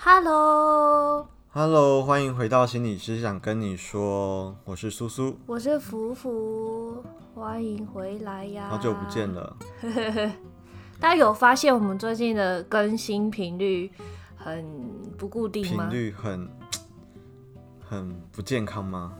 Hello， 欢迎回到心理师想跟你说，我是苏苏， 我是福福，欢迎回来呀！ 好久不见了。 大家有发现我们最近的更新频率很不固定吗？ 频率很不健康吗？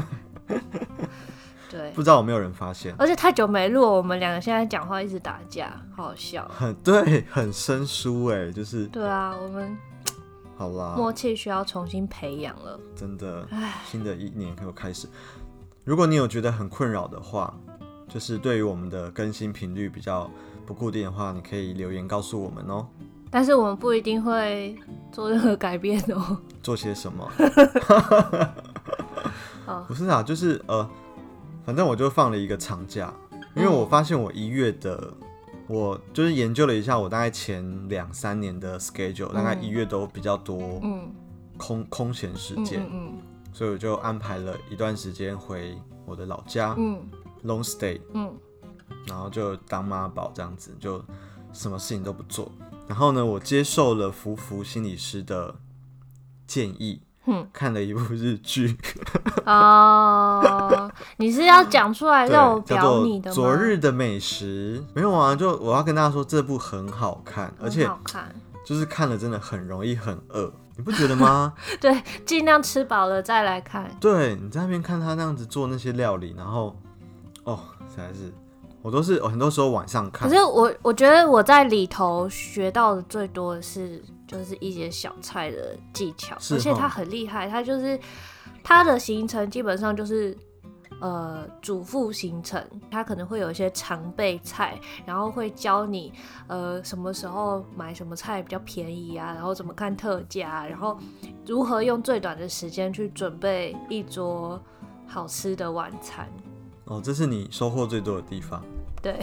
对， 不知道有没有人发现？ 而且太久没录，我们两个现在讲话一直打架，好好笑。 对，很生疏哎，就是。 对啊，我们好啦， 默契需要重新培养了。 真的，新的一年又开始。如果你有觉得很困扰的话，就是对于我们的更新频率比较不固定的话，你可以留言告诉我们哦。 但是我们不一定会做任何改变哦。 做些什么？不是啊，就是反正我就放了一个长假，因为我发现我1月的，我就是研究了一下，我大概前2-3年的 schedule，大概1月都比较多空闲时间，所以我就安排了一段时间回我的老家，long stay，然后就当妈宝这样子，就什么事情都不做。然后呢，我接受了福福心理师的建议，看了一部日剧。 哦，你是要讲出来让我表你的吗？ 叫做《昨日的美食》。没有啊，就我要跟大家说，这部很好看，而且就是看了真的很容易很饿，你不觉得吗？ 对，尽量吃饱了再来看。 对，你在那边看他那样子做那些料理，然后实在是。我都是很多时候晚上看， 可是我觉得我在里头学到的最多的是就是一些小菜的技巧，而且他很厉害，他就是他的行程基本上就是主副行程，他可能会有一些常备菜，然后会教你什么时候买什么菜比较便宜啊，然后怎么看特价，然后如何用最短的时间去准备一桌好吃的晚餐。 这是你收获最多的地方。 对。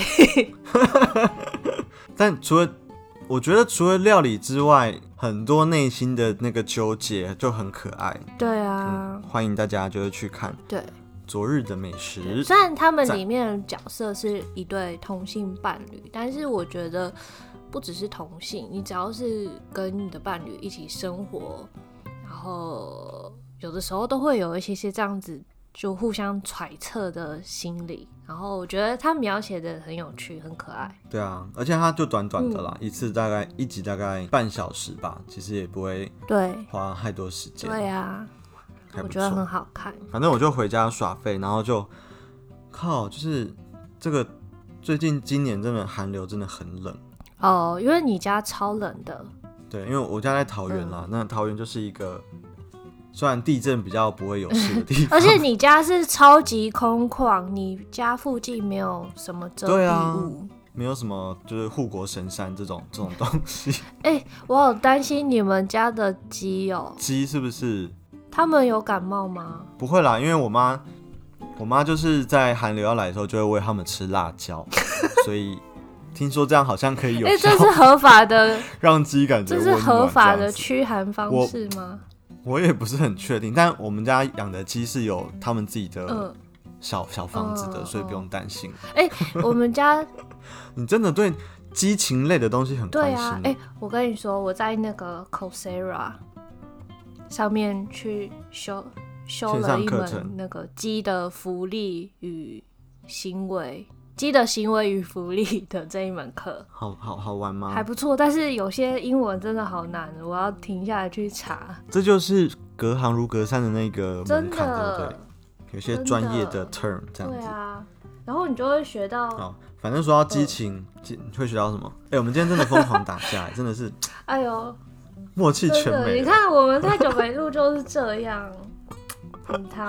但我觉得除了料理之外，很多内心的那个纠结就很可爱。 对啊， 欢迎大家就是去看。 对， 昨日的美食。 虽然他们里面的角色是一对同性伴侣，但是我觉得不只是同性，你只要是跟你的伴侣一起生活，然后有的时候都会有一些这样子就互相揣测的心理，然后我觉得他描写的很有趣，很可爱。 对啊，而且他就短短的啦，一集大概半小时吧，其实也不会花太多时间。 对啊，我觉得很好看。 反正我就回家耍废，然后就就是这个最近今年真的寒流真的很冷哦，因为你家超冷的。 对，因为我家在桃园啦，那桃园就是一个虽然地震比较不会有事的地方， 而且你家是超级空旷，你家附近没有什么遮蔽物， 没有什么就是护国神山这种东西。 我好担心你们家的鸡鸡是不是？ 他们有感冒吗？ 不会啦，因为我妈就是在寒流要来的时候就会喂他们吃辣椒，所以听说这样好像可以有效。 这是合法的， 让鸡感觉温暖。 这是合法的驱寒方式吗？ 我也不是很确定，但我们家养的鸡是有他们自己的小房子的，所以不用担心。 我们家你真的对鸡禽类的东西很关心。 对啊，我跟你说，我在那个 Coursera 上面去修了一门那个鸡的福利与行为。鸡的行为与福利的这一门课， 好玩吗？ 还不错，但是有些英文真的好难，我要停下来去查。 这就是隔行如隔山的那个门槛，对不对？有些专业的 term 这样子。 对啊，然后你就会学到。 反正说到激情，会学到什么？我们今天真的疯狂打架，真的是。 哎呦， 默契全没了。 你看我们太久没录就是这样，很汤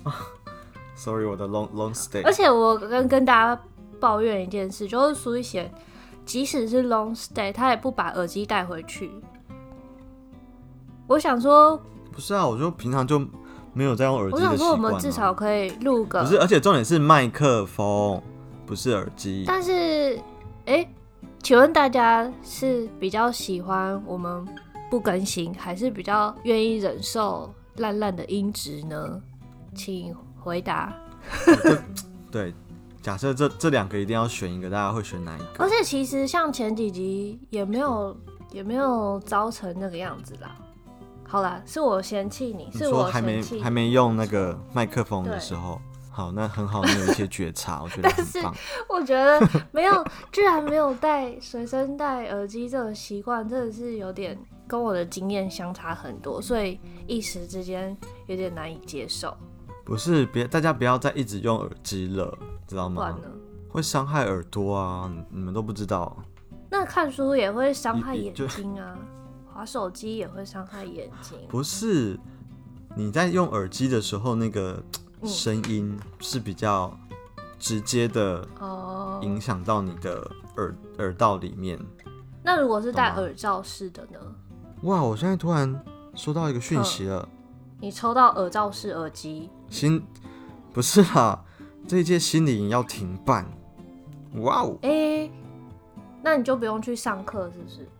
Sorry， 我的 long stay。 而且我跟大家抱怨一件事，就是苏一贤，即使是 long stay， 他也不把耳机带回去。我想说， 不是啊，我就平常就没有在用耳机的习惯。 我想说，我们至少可以录个。 不是，而且重点是麦克风，不是耳机。 但是，请问大家是比较喜欢我们不更新，还是比较愿意忍受烂烂的音质呢？请回答。 对，假设这两个一定要选一个，大家会选哪一个？ 而且其实像前几集也没有也没有糟成那个样子啦。好啦，是我嫌弃你，是我嫌弃你。 还没用那个麦克风的时候，好，那很好，你有一些觉察，我觉得很棒。 但是我觉得居然没有随身带耳机这个习惯，真的是有点跟我的经验相差很多，所以一时之间有点难以接受。 不是，大家不要再一直用耳机了，知道吗？会伤害耳朵啊，你们都不知道。那看书也会伤害眼睛啊，滑手机也会伤害眼睛。 不是，你在用耳机的时候，那个声音是比较直接的影响到你的耳道里面。 那如果是戴耳罩式的呢？ 哇，我现在突然收到一个讯息了。 你抽到耳罩式耳机？ 不是啦，这一届心理营要停办。哇哦！ 那你就不用去上课，是不是？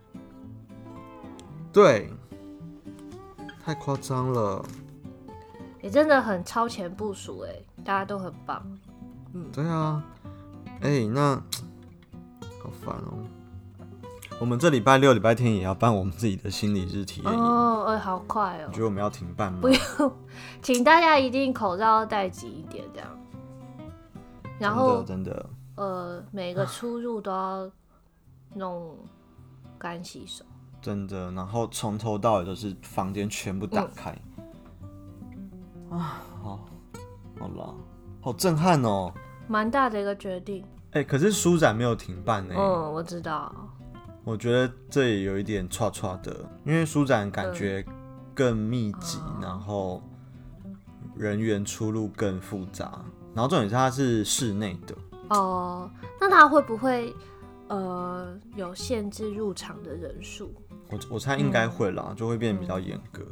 对，太夸张了。 真的很超前部署大家都很棒。 对啊。那好烦哦。我们这礼拜六、礼拜天也要办我们自己的心理日体验营好快哦！ 你觉得我们要停办吗？ 不用，请大家一定口罩要戴紧一点，这样。然后真的每个出入都要弄干洗手。 真的，然后从头到尾都是房间全部打开。好啦，好震撼哦！ 蛮大的一个决定。 可是书展没有停办我知道。 我觉得这也有一点唰唰的，因为书展感觉更密集，然后人员出入更复杂，然后重点是它是室内的。 那它会不会有限制入场的人数？ 我猜应该会啦，就会变得比较严格。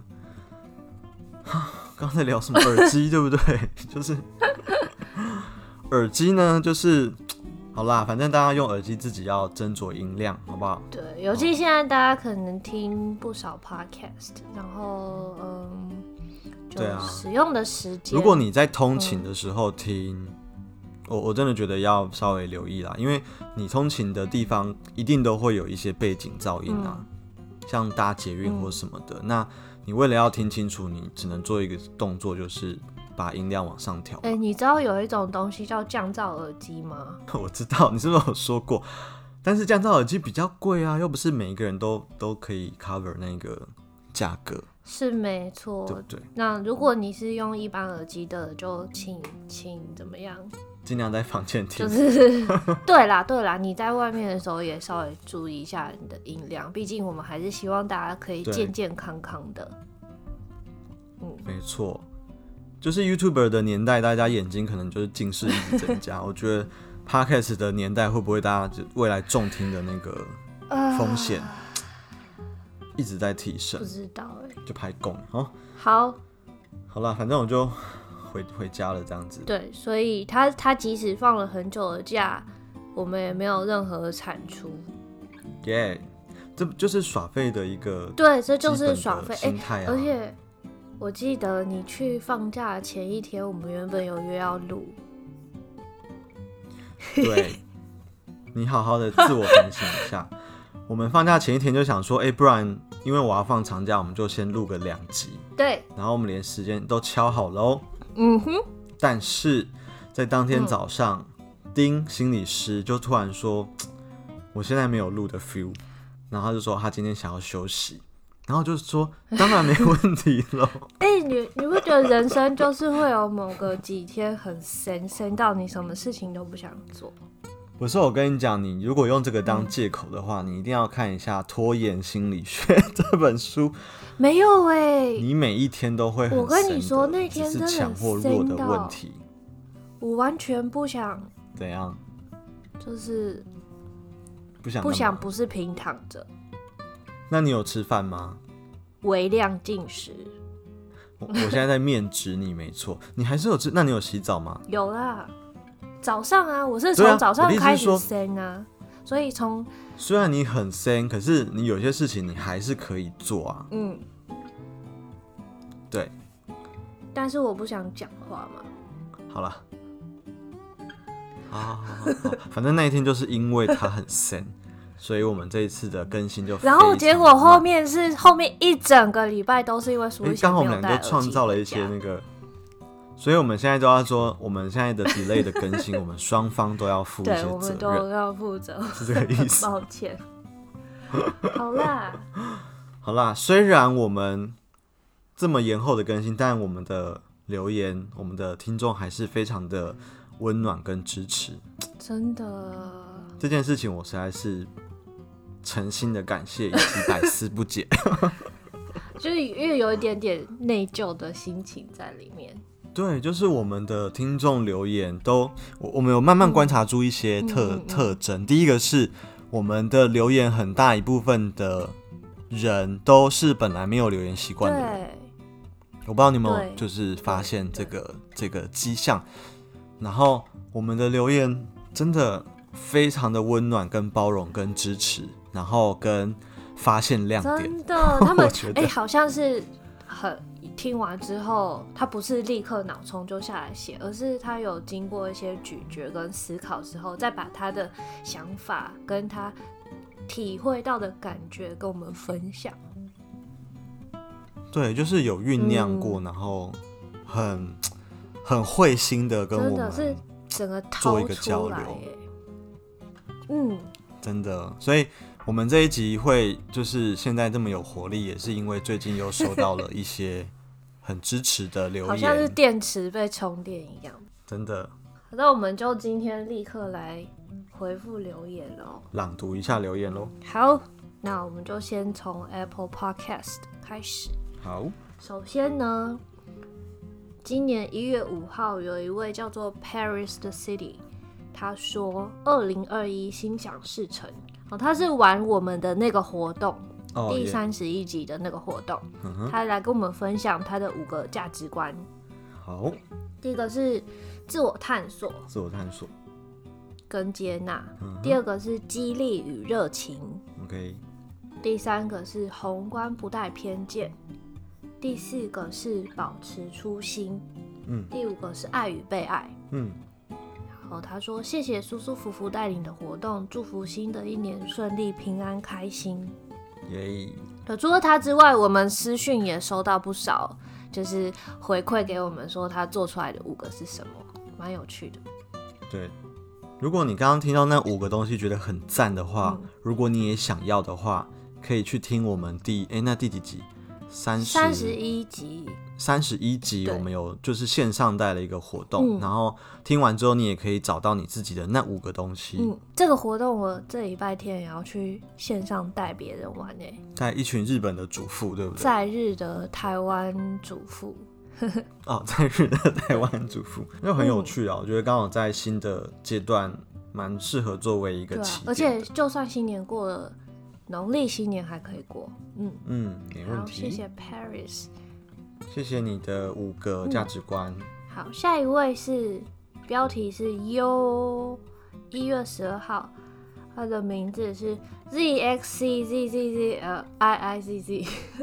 刚才聊什么耳机对不对？就是耳机呢，就是好啦，反正大家用耳机自己要斟酌音量，好不好？ 对，尤其现在大家可能听不少 podcast， 然后就使用的时间。 如果你在通勤的时候听，我真的觉得要稍微留意啦，因为你通勤的地方一定都会有一些背景噪音啊，像搭捷运或什么的。那你为了要听清楚，你只能做一个动作，就是把音量往上调。 你知道有一种东西叫降噪耳机吗？ 我知道，你是不是有说过？但是降噪耳机比较贵啊，又不是每一个人都可以 cover 那个价格。 是没错， 对不对？ 那如果你是用一般耳机的，就请怎么样？ 尽量在房间听。 就是对啦，你在外面的时候也稍微注意一下你的音量，毕竟我们还是希望大家可以健健康康的。 没错，就是 YouTuber 的年代，大家眼睛可能就是近视一直增加。我觉得 Podcast 的年代会不会大家就未来重听的那个风险一直在提升？ 不知道就拍供好啦，反正我就回家了，这样子。 对，所以他即使放了很久的假，我们也没有任何产出。 这就是耍废的一个对，这就是耍废心态而且我记得你去放假的前一天，我们原本有约要录。 对，你好好的自我反省一下。我们放假前一天就想说，不然因为我要放长假，我们就先录个2集。 对， 然后我们连时间都敲好喽。但是在当天早上，丁心理师就突然说，我现在没有录的 feel， 然后他就说他今天想要休息，然后就说当然没问题了。 你不觉得人生就是会有某个几天很闲到你什么事情都不想做？ 不是，我跟你讲，你如果用这个当借口的话，你一定要看一下《拖延心理学》这本书。 没有你每一天都会很闲的。 我跟你说，那天真的只是强或弱的问题。 我完全不想。 怎样？ 就是不想不是平躺着。 那你有吃饭吗？ 微量进食。 我现在在面指你，没错，你还是有吃。那你有洗澡吗？ 有啦。早上啊，我是从早上开始生啊，所以虽然你很生，可是你有些事情你还是可以做啊。对。 但是我不想讲话嘛。 好了，好，反正那一天就是因为他很生， 所以我们这一次的更新就非常然后结果后面一整个礼拜都是因为苏刚好我们两个创造了一些那个，所以我们现在都要说，我们现在的 delay 的更新，我们双方都要负一些责任， 对，我们都要负责， 是这个意思。 抱歉。好啦， 好啦，虽然我们这么延后的更新，但我们的留言，我们的听众还是非常的温暖跟支持。 真的， 这件事情我实在是诚心的感谢以及百思不解。 就是因为有一点点内疚的心情在里面。 对，就是我们的听众留言都，我们有慢慢观察出一些特征。第一个是我们的留言很大一部分的人都是本来没有留言习惯的人。我不知道你有没有就是发现这个迹象。然后我们的留言真的非常的温暖、跟包容、跟支持，然后跟发现亮点。 真的，他们好像是听完之后，他不是立刻脑冲就下来写，而是他有经过一些咀嚼跟思考之后，再把他的想法跟他体会到的感觉跟我们分享。 对，就是有酝酿过，然后很会心的跟我们是整个做一个交流。真的，所以我们这一集会就是现在这么有活力，也是因为最近又收到了一些很支持的留言， 好像是电池被充电一样。 真的。 那我们就今天立刻来回复留言咯， 朗读一下留言咯。 好，那我们就先从 Apple Podcast 开始。 好， 首先呢，今年1月5号有一位叫做 Paris the City， 他说2021心想事成。他是玩我们的那个活动，第31集的那个活动，他来跟我们分享他的5个价值观。 好， 第一个是自我探索跟接纳，第二个是激励与热情， OK， 第三个是宏观不带偏见，第四个是保持初心，第五个是爱与被爱。然后他说谢谢舒舒服服带领的活动，祝福新的一年顺利平安开心。对，除了他之外，我们私讯也收到不少就是回馈给我们说他做出来的5个是什么，蛮有趣的。 对，如果你刚刚听到那5个东西觉得很赞的话，如果你也想要的话，可以去听我们第几集？31集我们有就是线上带了一个活动，然后听完之后你也可以找到你自己的那5个东西。 这个活动我这礼拜天也要去线上带别人玩带一群日本的主妇，对不对？ 在日的台湾主妇。 在日的台湾主妇，那很有趣啊！我觉得刚好在新的阶段，蛮适合作为一个起点的。 而且就算新年过了，农历新年还可以过。 没问题。 谢谢 Paris， 谢谢你的5个价值观。 好，下一位是标题是 1月12号，他的名字是 ZXCZZZIIZZ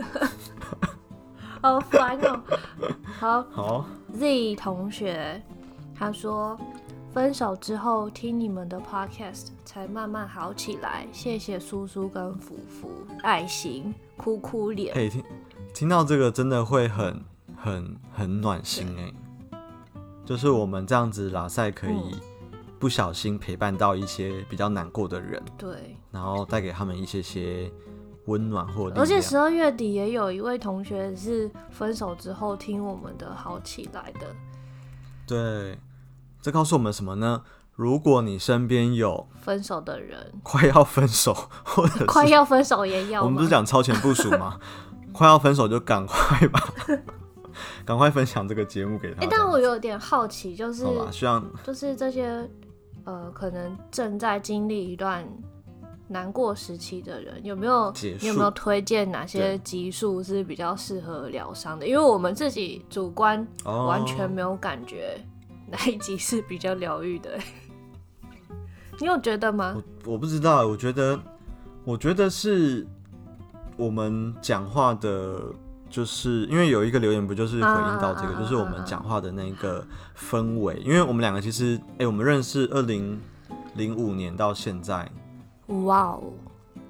好烦哦。好 Z 同学他说分手之后听你们的 podcast 才慢慢好起来，谢谢苏苏跟福福，爱心哭哭脸。 听到这个真的会很暖心就是我们这样子拉塞可以不小心陪伴到一些比较难过的人， 对， 然后带给他们一些温暖或力量。 而且12月底也有一位同学是分手之后听我们的好起来的。 对，这告诉我们什么呢？如果你身边有分手的人， 快要分手或者是快要分手也要吗？ 我们不是讲超前部署吗？快要分手就赶快吧，赶快分享这个节目给他。 但我有点好奇，就是就是这些可能正在经历一段难过时期的人，你有没有推荐哪些集数是比较适合疗伤的？因为我们自己主观完全没有感觉哪一集是比较疗愈的。你有觉得吗？ 我不知道，我觉得是我们讲话的，就是因为有一个留言不就是回应到这个，就是我们讲话的那个氛围。因为我们两个其实，我们认识2005年到现在， 哇哦，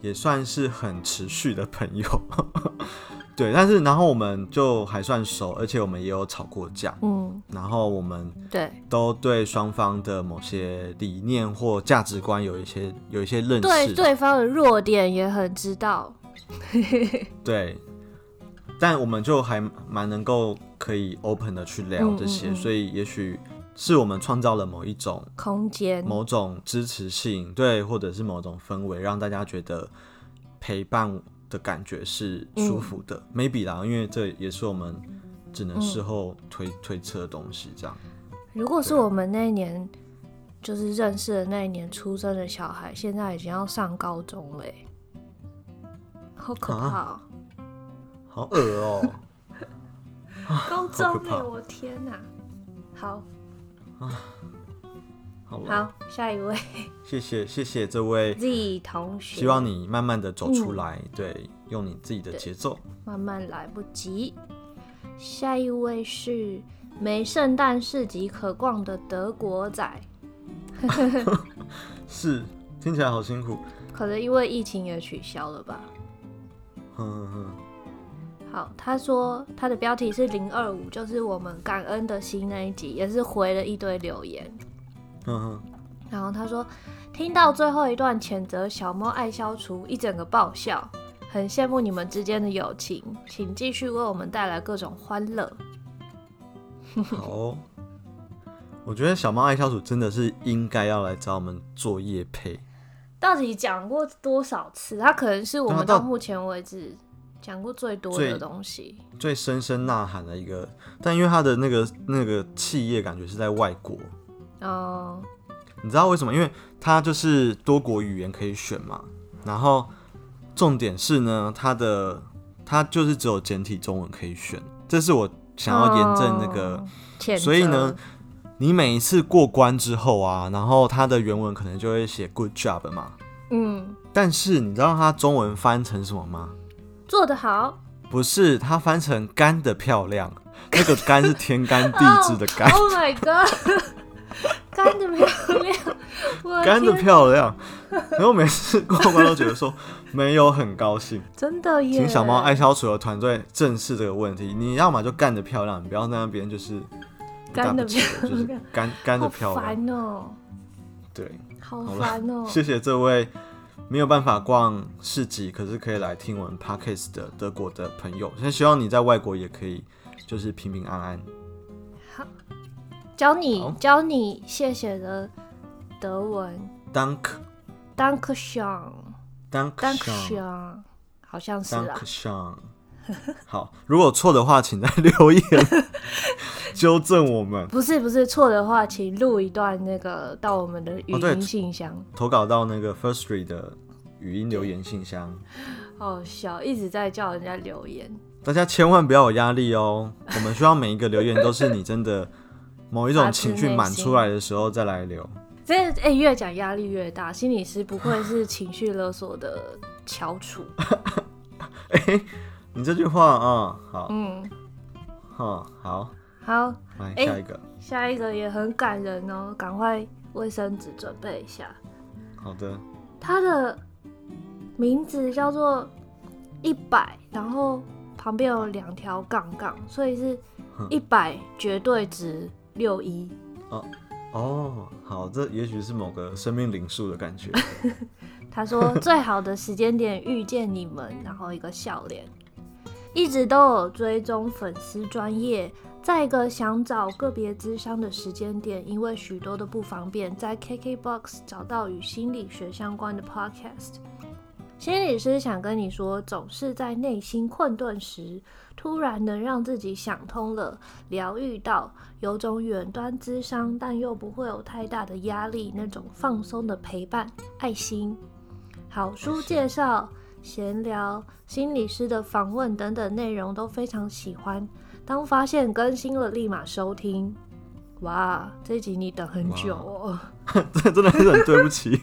也算是很持续的朋友。对，但是然后我们就还算熟，而且我们也有吵过架。然后我们都对双方的某些理念或价值观有一些认识， 对对方的弱点也很知道。 对，但我们就还蛮能够可以 open 的去聊这些，所以也许是我们创造了某一种空间、 某种支持性，对，或者是某种氛围，让大家觉得陪伴的感觉是舒服的。maybe 啦，因为这也是我们只能事后推测的东西。这样， 如果是我们那一年就是认识的那一年出生的小孩，现在已经要上高中了，好可怕哦！ 好恶哦！ 高中耶，我天哪！好好，下一位。谢谢这位 Z 同学， 希望你慢慢的走出来，对，用你自己的节奏， 慢慢来不及。下一位是没圣诞市集可逛的德国仔， 是听起来好辛苦， 可能因为疫情也取消了吧。好，他说他的标题是025，就是我们感恩的心那一集，也是回了一堆留言。然后他说听到最后一段谴责小猫爱消除，一整个爆笑，很羡慕你们之间的友情，请继续为我们带来各种欢乐。 好，我觉得小猫爱消除真的是应该要来找我们做业配。 到底讲过多少次？它可能是我们到目前为止讲过最多的东西， 最深深呐喊的一个。但因为它的那个企业感觉是在外国哦，你知道为什么？因为它就是多国语言可以选嘛。然后重点是呢，它就是只有简体中文可以选，这是我想要验证那个。所以呢，你每一次过关之后啊，然后它的原文可能就会写 good job 嘛。但是你知道它中文翻成什么吗？ 做得好。不是，它翻成干得漂亮。那个干是天干地支的干。 Oh my god！ 干得漂亮， 干得漂亮。然后每次过关都觉得说没有很高兴。 真的耶！ 请小猫爱消除的团队正视这个问题。你要么就干得漂亮，你不要在那边就是干得漂亮， 就是干得漂亮。 好烦哦。 对， 好烦哦。 谢谢这位没有办法逛市集，可是可以来听我们 Podcast 的德国的朋友。现在希望你在外国也可以就是平平安安。 好，教你谢谢的德文 Dankeschön， 好像是啊。好，如果错的话，请在留言纠正我们。 不是错的话，请录一段那个到我们的语音信箱， 投稿到那个 Firstory 的语音留言信箱。 好笑，一直在叫人家留言， 大家千万不要有压力哦。我们需要每一个留言都是你真的某一种情绪满出来的时候再来留。 这越讲压力越大，心理师不愧是情绪勒索的翘楚。 你这句话啊，好， 好， 来下一个， 下一个也很感人哦，赶快卫生纸准备一下。 好的， 他的名字叫做100，然后旁边有2条杠杠，所以是100绝对值61。 好，这也许是某个生命灵数的感觉。 他说最好的时间点遇见你们，然后一个笑脸。一直都有追踪粉丝专页，在一个想找个别咨商的时间点，因为许多的不方便，在 KKBOX 找到与心理学相关的 podcast。心理师想跟你说，总是在内心困顿时，突然能让自己想通了，疗愈到，有种远端咨商但又不会有太大的压力，那种放松的陪伴，爱心。好书介绍、闲聊、心理师的访问等等内容都非常喜欢。当发现更新了，立马收听。哇，这一集你等很久哦。 真的是很对不起。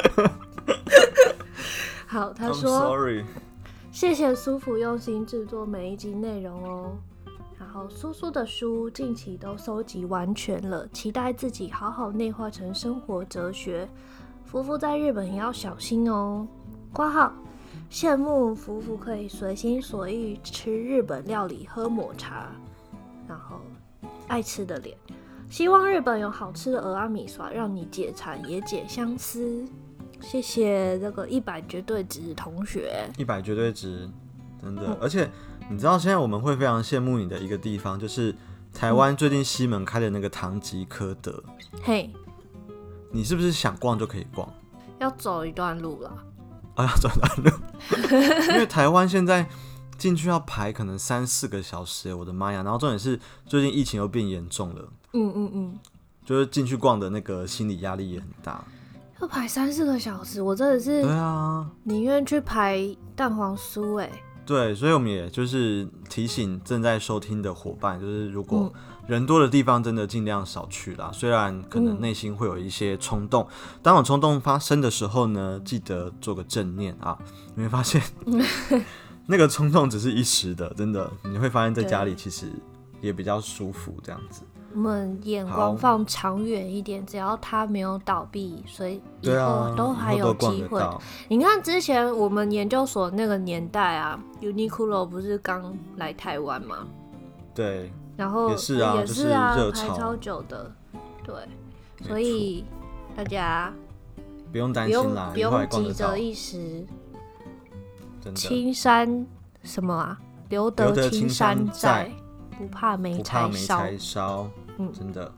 好，他说 I'm sorry， 谢谢苏福用心制作每一集内容哦。然后苏苏的书近期都收集完全了，期待自己好好内化成生活哲学。夫妇在日本也要小心哦。括号羡慕夫妇可以随心所欲吃日本料理、喝抹茶，然后爱吃的脸。希望日本有好吃的蚵仔米刷，让你解馋也解相思。谢谢这个100绝对值同学 ，100绝对值，真的。而且你知道现在我们会非常羡慕你的一个地方，就是台湾最近西门开的那个唐吉诃德。 嘿， 你是不是想逛就可以逛？ 要走一段路啦。 要走一段路，因为台湾现在进去要排可能3-4个小时，我的妈呀！然后重点是最近疫情又变严重了，就是进去逛的那个心理压力也很大。 要排3-4个小时，我真的是， 对啊， 宁愿去排蛋黄酥对，所以我们也就是提醒正在收听的伙伴，就是如果人多的地方真的尽量少去啦。虽然可能内心会有一些冲动，当有冲动发生的时候呢，记得做个正念啊，你会发现那个冲动只是一时的，真的，你会发现在家里其实也比较舒服这样子。 我们眼光放长远一点，只要它没有倒闭，所以以后都还有机会。你看之前我们研究所那个年代啊 ，Uniqlo 不是刚来台湾吗？ 对， 然后也是啊， 就是热潮， 排超久的，对，所以大家不用担心啦， 不用急着一时。青山什么啊？留得青山在，不怕没柴烧。 真的。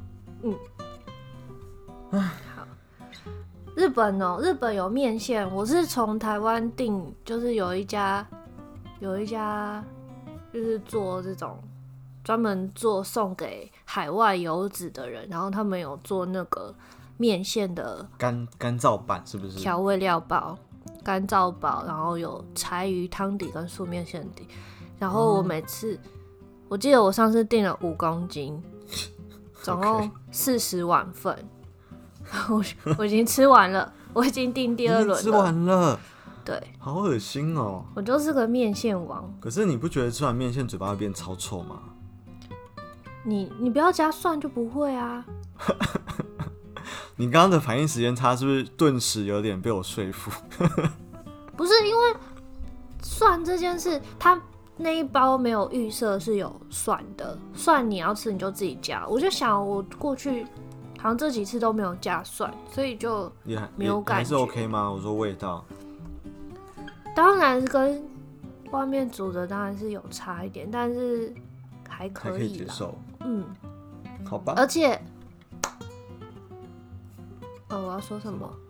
好。日本有面线，我是从台湾订，就是有一家就是做这种专门做送给海外游子的人，然后他们有做那个面线的干燥版，是不是？ 调味料包、干燥包，然后有柴鱼汤底跟素面线底，然后我每次，我记得我上次订了5公斤。总共40碗份，我已经吃完了，我已经订第2轮了。 吃完了， 对， 好恶心哦！ 我就是个面线王。 可是你不觉得吃完面线嘴巴会变超臭吗？ 你不要加蒜就不会啊。 你刚刚的反应时间差，是不是顿时有点被我说服？ 不是因为蒜这件事，它那一包没有预设是有蒜的，蒜你要吃你就自己加。我就想我过去好像这几次都没有加蒜，所以就没有感觉。 还是 OK 吗？我说味道， 当然跟外面煮的当然是有差一点，但是还可以接受。好吧。 而且，我要说什么？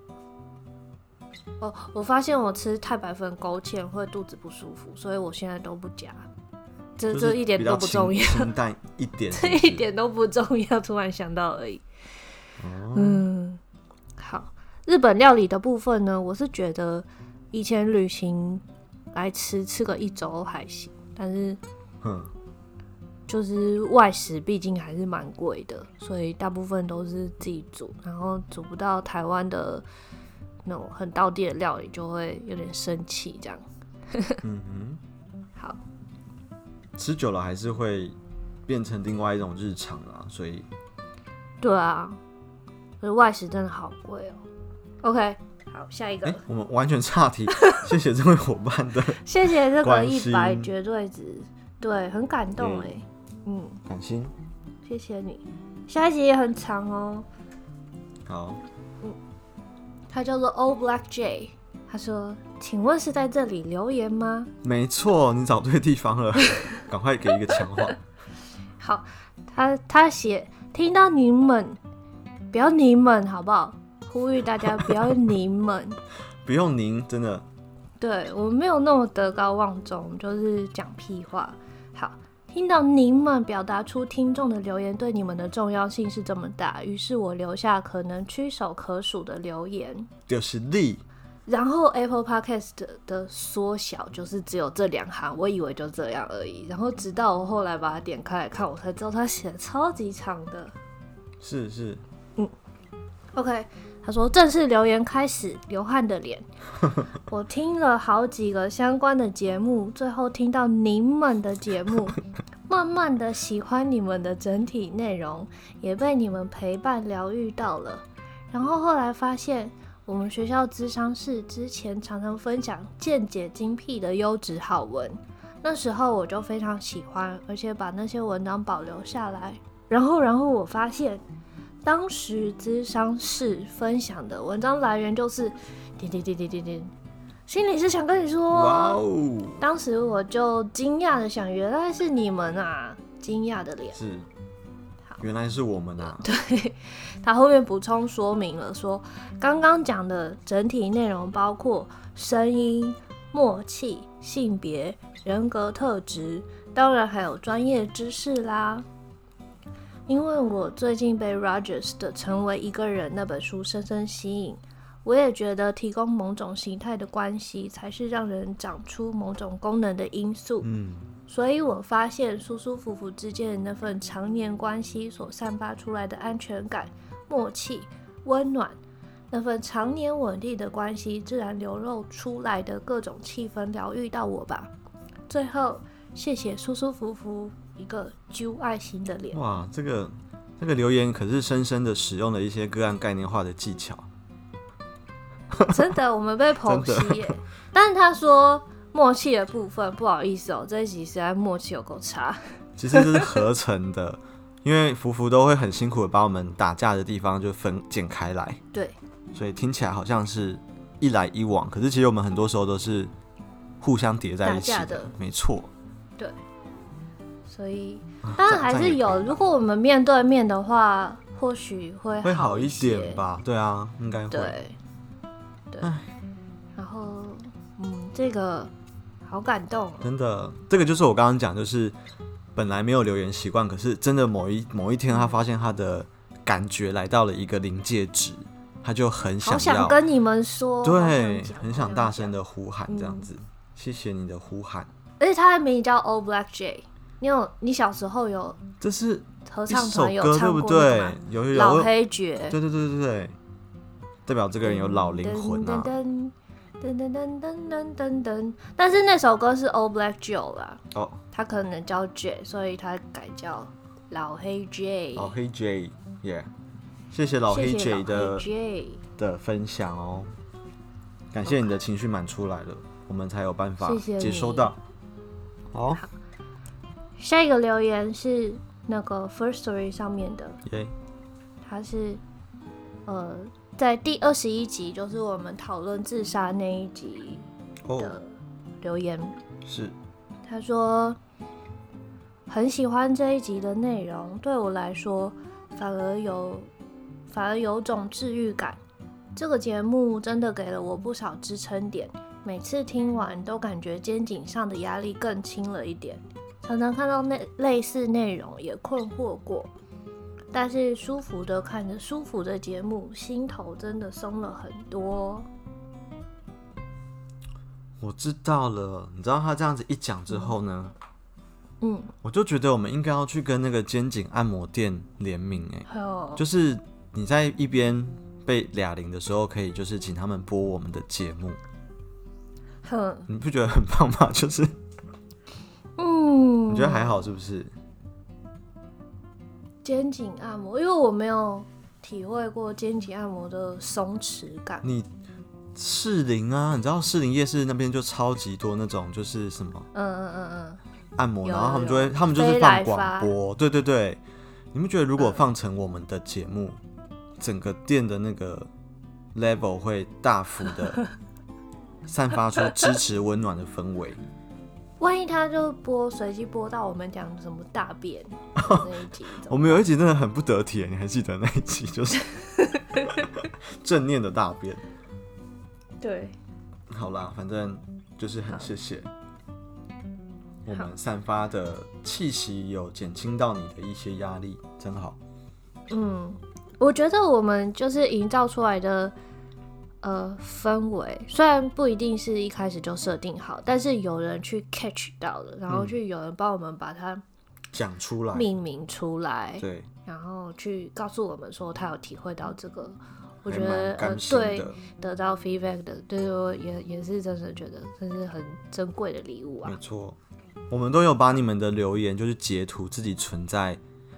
我发现我吃太白粉勾芡会肚子不舒服，所以我现在都不加。这一点都不重要， 清淡一点这一点都不重要，突然想到而已。好，日本料理的部分呢，我是觉得以前旅行来吃个1周还行，但是就是外食毕竟还是蛮贵的，所以大部分都是自己煮，然后煮不到台湾的那种很道地的料理，就会有点生气这样。好， 吃久了还是会变成另外一种日常啦，所以对啊，外食真的好贵哦。OK， 好，下一个。 我们完全岔题，谢谢这位伙伴的谢谢这个100绝对值，对，很感动哎。 感心， 谢谢你。下一集也很长哦。 好。 他叫做 All Black J， 他说：“请问是在这里留言吗？” 没错，你找对地方了，赶快给一个强化。 好，他写听到你们，不要你们好不好？呼吁大家不要你们， 不用您，真的。 对，我们没有那么德高望重，就是讲屁话。好。听到您们表达出听众的留言对你们的重要性是这么大，于是我留下可能屈手可数的留言， 就是你。 然后 Apple Podcast 的缩小就是只有这2行，我以为就这样而已。然后直到我后来把它点开来看，我才知道他写的超级长的。 是。 OK， 他说正式留言开始，流汗的脸。我听了好几个相关的节目，最后听到你们的节目，慢慢的喜欢你们的整体内容，也被你们陪伴疗愈到了。然后后来发现， 我们学校咨商室之前常常分享见解精辟的优质好文，那时候我就非常喜欢，而且把那些文章保留下来。然后我发现，当时咨商室分享的文章来源就是点点点点点点，心理师想跟你说。 哇哦！ 当时我就惊讶的想，原来是你们啊！惊讶的脸。 是，原来是我们啊！ 对，他后面补充说明了说，刚刚讲的整体内容包括声音、默契、性别、人格特质，当然还有专业知识啦。因为我最近被 Rogers 的《成为一个人》那本书深深吸引，我也觉得提供某种形态的关系才是让人长出某种功能的因素。所以我发现舒舒服服之间的那份常年关系所散发出来的安全感、默契、温暖，那份常年稳定的关系自然流露出来的各种气氛疗愈到我吧。最后，谢谢舒舒服服一个揪爱心的脸。 哇，这个留言可是深深的使用了一些个案概念化的技巧。 真的，我们被剖析耶。但是他说默契的部分，不好意思哦，这一集实在默契有够差。 其实这是合成的，因为福福都会很辛苦的把我们打架的地方就剪开来。 对， 所以听起来好像是一来一往，可是其实我们很多时候都是互相叠在一起的，没错。 对，所以当然还是有，如果我们面对面的话，或许会好一点吧。对啊，应该会。 对。然后这个好感动， 真的，这个就是我刚刚讲，就是本来没有留言习惯，可是真的某一天，他发现他的感觉来到了一个临界值，他就很想要， 好想跟你们说， 对，很想大声的呼喊这样子。谢谢你的呼喊。 而且他的名字叫 All Black J， 你小时候有？ 这是合唱团有唱过对不对？有老黑爵， 对，代表这个人有老灵魂啊。 但是那首歌是 All Black Joe 啦，他可能叫 J， 所以他改叫老黑 J。 老黑 J， 耶、谢谢老黑 J 的分享哦，感谢你的情绪满出来了，我们才有办法接收到。好， 下一个留言是那个 First Story 上面的，他是在第21集，就是我们讨论自杀那一集的留言。 是， 他说很喜欢这一集的内容，对我来说反而有种治愈感。这个节目真的给了我不少支撑点，每次听完都感觉肩颈上的压力更轻了一点。常常看到类似内容也困惑过，但是舒服的看着舒服的节目，心头真的松了很多。 我知道了，你知道他这样子一讲之后呢，我就觉得我们应该要去跟那个肩颈按摩店联名，就是你在一边被哑铃的时候，可以就是请他们播我们的节目，你不觉得很棒吗？就是你觉得还好是不是？ 肩颈按摩，因为我没有体会过肩颈按摩的松弛感。 你士林啊，你知道士林夜市那边就超级多那种就是什么按摩，然后他们就是放广播，对，你们觉得如果放成我们的节目，整个店的那个 level 会大幅的散发出支持温暖的氛围？ 万一他就随机播到我们讲什么大便那一集， 我们有一集真的很不得体，你还记得那一集就是正念的大便。 对， 好啦，反正就是很谢谢我们散发的气息有减轻到你的一些压力，真好。 我觉得我们就是营造出来的氛围，虽然不一定是一开始就设定好，但是有人去 catch 到了，然后有人帮我们把它讲出来、 命名出来， 对， 然后去告诉我们说他有体会到这个，我觉得对，得到 feedback 的，对我也是真的觉得这是很珍贵的礼物啊。 没错，我们都有把你们的留言就是截图自己存在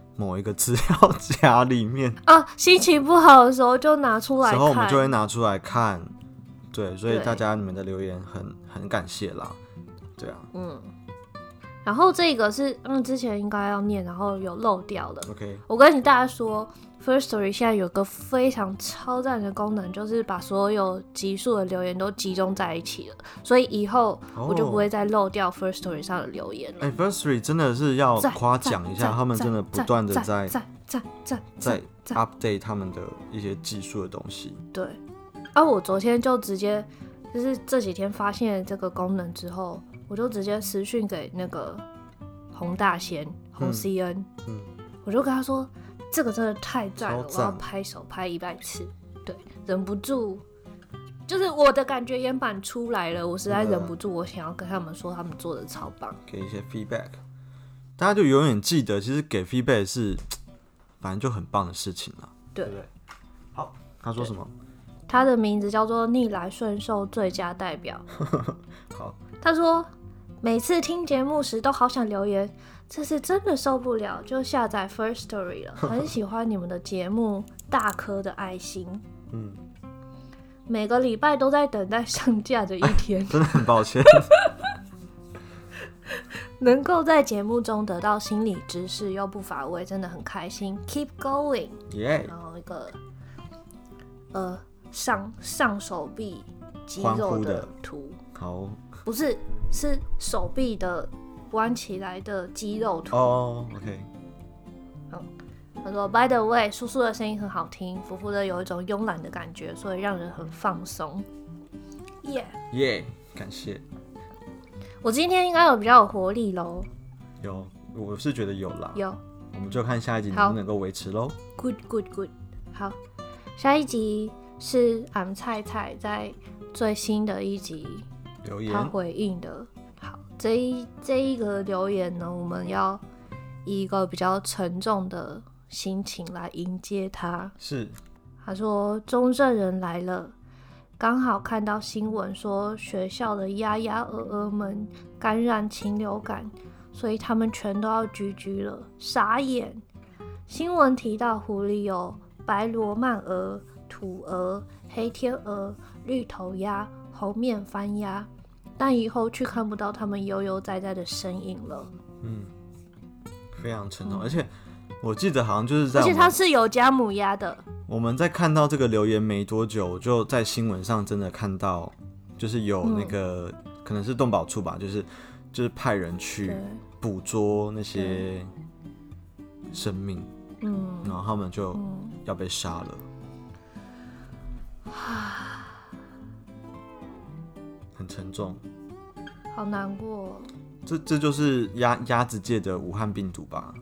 某一个资料夹里面啊，心情不好的时候就拿出来看， 时候我们就会拿出来看。对，所以大家你们的留言很感谢啦。对啊， 然后这个是之前应该要念，然后有漏掉了。 OK， 我跟大家说 ，Firstory 现在有个非常超赞的功能，就是把所有集数的留言都集中在一起了，所以以后我就不会再漏掉 Firstory 上的留言了。 Firstory 真的是要夸奖一下，他们真的不断的在 update 他们的一些技术的东西。 对，我昨天就直接就是这几天发现这个功能之后，我就直接私讯给那个洪大仙洪 CN，我就跟他说这个真的太赞了，我要拍手拍100次。对，忍不住，就是我的感觉原版出来了，我实在忍不住，我想要跟他们说他们做的超棒， 给一些 feedback， 大家就永远记得，其实给 feedback 是反正就很棒的事情了，对不对？好，他说什么？ 他的名字叫做逆来顺受最佳代表。 好， 他说每次听节目时都好想留言，这次真的受不了，就下载 Firstory 了。很喜欢你们的节目，大颗的爱心。每个礼拜都在等待上架的一天， 真的很抱歉。 能够在节目中得到心理知识又不乏味，真的很开心。Keep going， 然后一个上手臂肌肉的图， 好， 不是，是手臂的弯起来的肌肉图。 OK。 他说 ：“By the way， 叔叔的声音很好听，福福的有一种慵懒的感觉，所以让人很放松。”耶， 感谢。 我今天应该有比较有活力咯。 有，我是觉得有啦。 有， 我们就看下一集能不能够维持咯。 Good。好，下一集是俺菜菜在最新的一集留言， 他回应的。好，这一个留言呢，我们要以一个比较沉重的心情来迎接他。 是， 他说中正人来了，刚好看到新闻说学校的鸭鸭鹅鹅们感染禽流感，所以他们全都要居了，傻眼。新闻提到湖里有白罗曼鹅、土鹅、黑天鹅、绿头鸭、红面番鸭，但以后却看不到他们悠悠哉哉的身影了。 非常沉重，而且我记得好像就是在， 而且它是有加母鸭的。 我们在看到这个留言没多久，我就在新闻上真的看到，就是有那个、可能是动保处吧，就是派人去捕捉那些生命，然后他们就要被杀了，很沉重， 好难过。 这就是鸭子界的武汉病毒吧。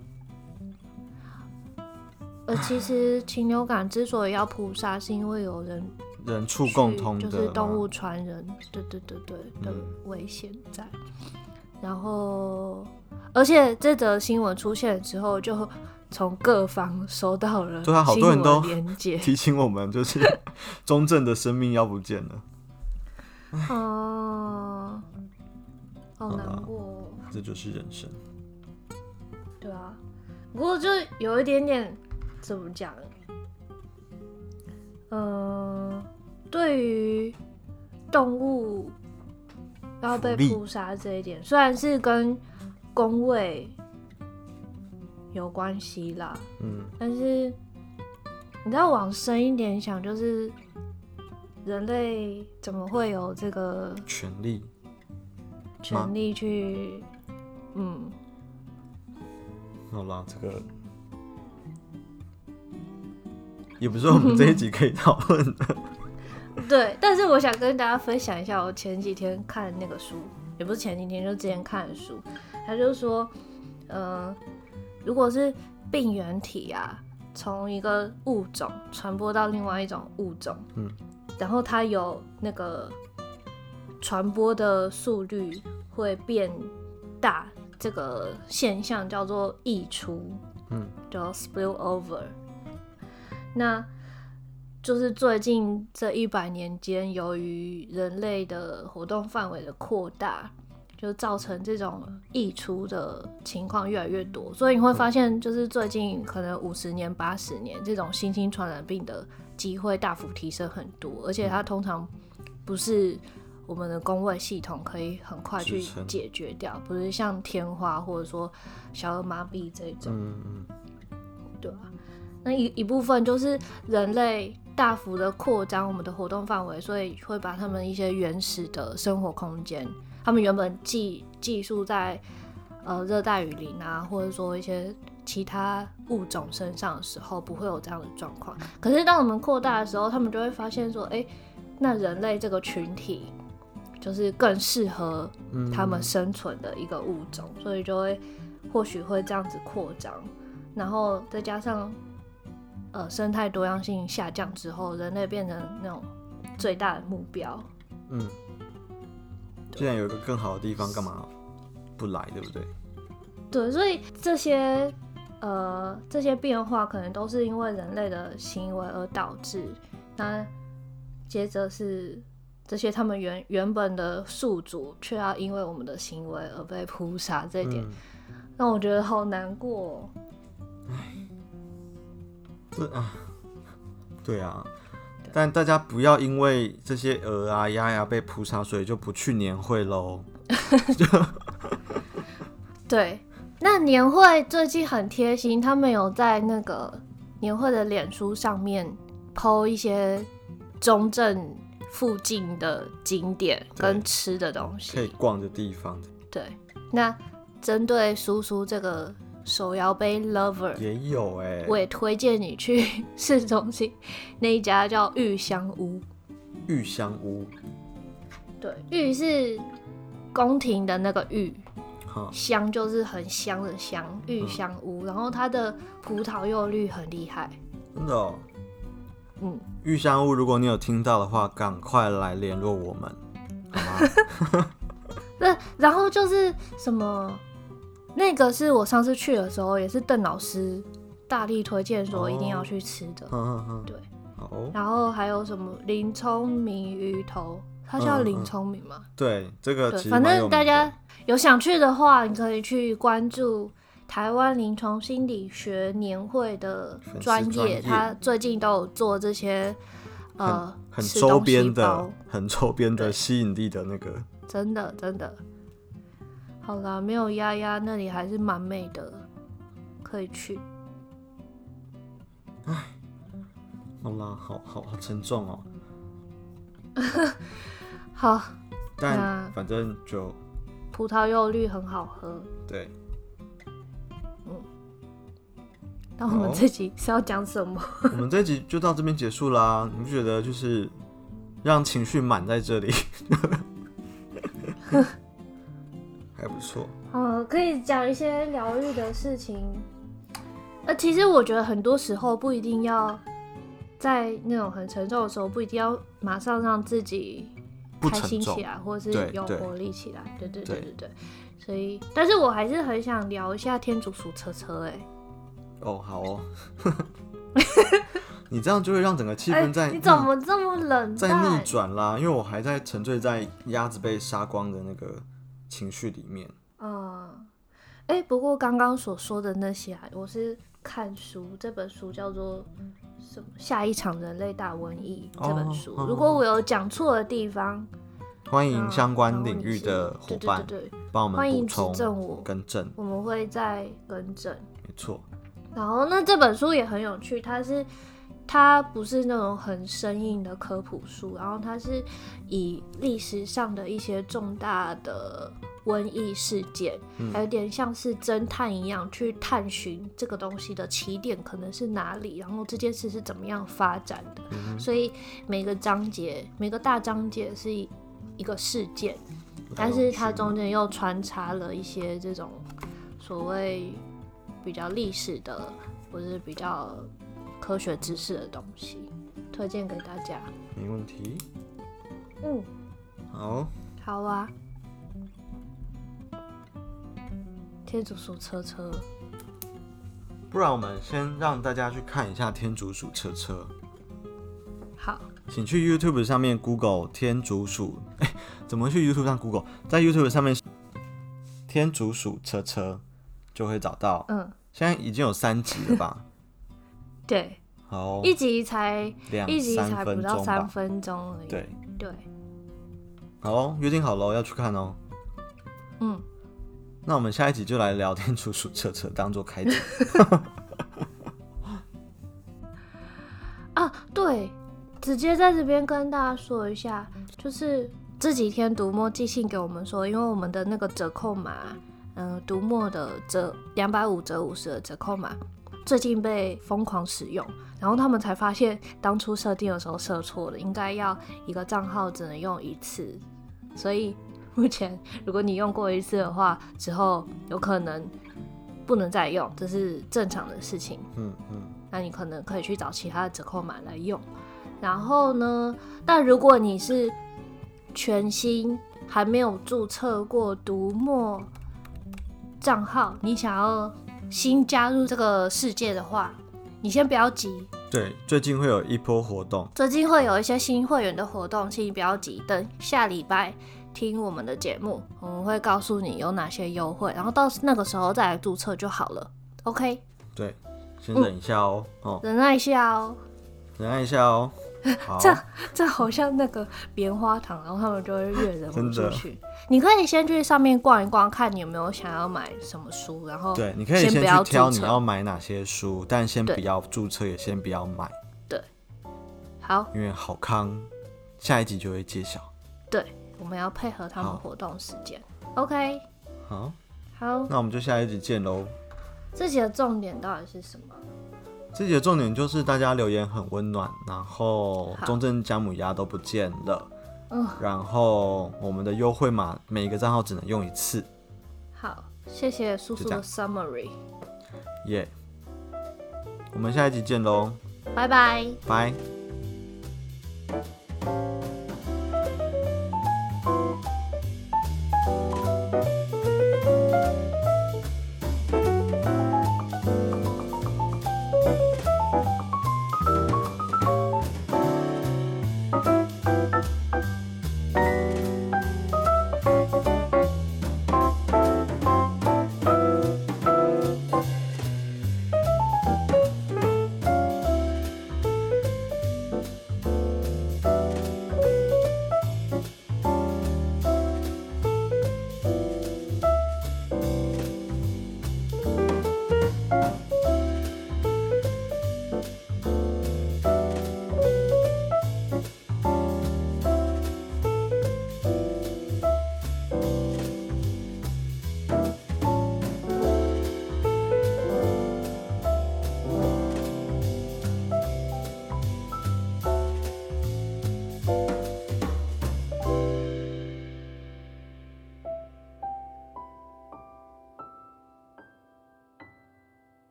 其实禽流感之所以要扑杀，是因为有人畜共通的， 就是动物传人，对的危险在。然后，而且这则新闻出现之后，就从各方收到了对啊，好多人都连结提醒我们，就是中正的生命要不见了。 好难过， 这就是人生。 对啊，不过就有一点点怎么讲？对于动物要被扑杀这一点，虽然是跟公卫有关系啦，但是你再往深一点想，就是人类怎么会有这个权利去， 好啦，这个也不是我们这一集可以讨论的。 对，但是我想跟大家分享一下我前几天看的那个书，也不是前几天，就之前看的书。他就说，如果是病原体啊，从一个物种传播到另外一种物种，然后它有那个传播的速率会变大，这个现象叫做溢出，叫 spill over。那就是最近这100年间，由于人类的活动范围的扩大， 就造成这种溢出的情况越来越多，所以你会发现，就是最近可能50年、80年这种新兴传染病的机会大幅提升很多，而且它通常不是我们的公卫系统可以很快去解决掉，不是像天花或者说小儿麻痹这种。对啊，那一部分就是人类大幅的扩张我们的活动范围，所以会把他们一些原始的生活空间。他们原本寄宿在热带雨林啊，或者说一些其他物种身上的时候，不会有这样的状况。可是当我们扩大的时候，他们就会发现说，那人类这个群体就是更适合他们生存的一个物种，所以就会或许会这样子扩张，然后再加上生态多样性下降之后，人类变成那种最大的目标。 既然有一个更好的地方，干嘛不来，对不对？ 对，所以这些变化可能都是因为人类的行为而导致。那接着是这些他们原本的宿主，却要因为我们的行为而被扑杀，这一点让我觉得好难过。 对啊。但大家不要因为这些鹅啊、鸭呀被扑杀，所以就不去年会咯。 对，那年会最近很贴心，他们有在那个年会的脸书上面 po 一些中正附近的景点跟吃的东西， 可以逛的地方。 对，那针对叔叔这个手摇杯 lover 也有我也推荐你去市中心那一家叫玉香屋。 玉香屋， 对，玉是宫廷的那个玉，香就是很香的香，玉香屋。然后它的葡萄柚率很厉害， 真的哦。玉香屋，如果你有听到的话，赶快来联络我们，好吗？ 然后就是什么。那个是我上次去的时候，也是邓老师大力推荐说一定要去吃的。对，然后还有什么林聪明鱼头，它叫林聪明吗？ 对，这个其实反正大家有想去的话，你可以去关注台湾临床心理学年会的专业，他最近都有做这些很周边的吸引力的那个， 真的。好啦，没有鸭鸭那里还是蛮美的，可以去。 好啦，好沉重哦。 好， 但反正就葡萄柚绿很好喝。 对。 那我们这集是要讲什么？ 我们这集就到这边结束啦。你不觉得就是让情绪满在这里？还不错， 可以讲一些疗愈的事情。其实我觉得很多时候不一定要在那种很沉重的时候，不一定要马上让自己开心起来，或是有活力起来。对。所以，但是我还是很想聊一下天竺鼠车车。 好哦。你这样就会让整个气氛在、 你怎么这么冷淡？ 在逆转啦，因为我还在沉醉在鸭子被杀光的那个情绪里面。 不过刚刚所说的那些我是看书，这本书叫做什么？下一场人类大瘟疫这本书。如果我有讲错的地方， 欢迎相关领域的伙伴帮我们欢迎补充指正我， 更正， 我们会再更正。 没错。 然后那这本书也很有趣，它不是那种很生硬的科普书，然后它是以历史上的一些重大的瘟疫事件，还有点像是侦探一样去探寻这个东西的起点可能是哪里，然后这件事是怎么样发展的。所以每个大章节是一个事件，但是它中间又穿插了一些这种所谓比较历史的或是比较科学知识的东西，推荐给大家。 没问题。 好啊。天竺鼠车车， 不然我们先让大家去看一下天竺鼠车车。 好， 请去 YouTube 上面 Google 天竺鼠。怎么去 YouTube 上 Google？ 在 YouTube 上面天竺鼠车车就会找到。现在已经有3集了吧？ 对， 好， 一集才不到3 吧分钟而已。 对， 好哦，约定好了要去看哦。那我们下一集就来聊天竺鼠车车，当做开头。 啊，对，直接在这边跟大家说一下，就是这几天读墨寄信给我们说，因为我们的那个折扣码，读墨的250折50的折扣码，最近被疯狂使用，然后他们才发现当初设定的时候设错了，应该要一个账号只能用1次，所以目前如果你用过1次的话，之后有可能不能再用，这是正常的事情。那你可能可以去找其他的折扣码来用。然后呢，但如果你是全新还没有注册过读墨账号，你想要新加入这个世界的话，你先不要急。 对，最近会有一波活动， 最近会有一些新会员的活动，请你不要急，等下礼拜听我们的节目，我们会告诉你有哪些优惠，然后到那个时候再来注册就好了。OK？ 对，先忍一下哦。 忍耐一下哦。 忍耐一下哦。好， 这好像那个棉花糖，然后他们就会越忍不住去。你可以先去上面逛一逛，看你有没有想要买什么书，然后对，你可以先去挑你要买哪些书，但先不要注册，也先不要买。对， 好， 因为好康下一集就会揭晓。 对，我们要配合他们活动时间。OK， 好， 那我们就下一集见喽。 这集的重点到底是什么？ 这集的重点就是大家留言很温暖，然后中正姜母鸭都不见了，然后我们的优惠码每一个账号只能用1次。 好，谢谢叔叔的 summary。 耶，我们下一集见喽， 拜拜。 拜。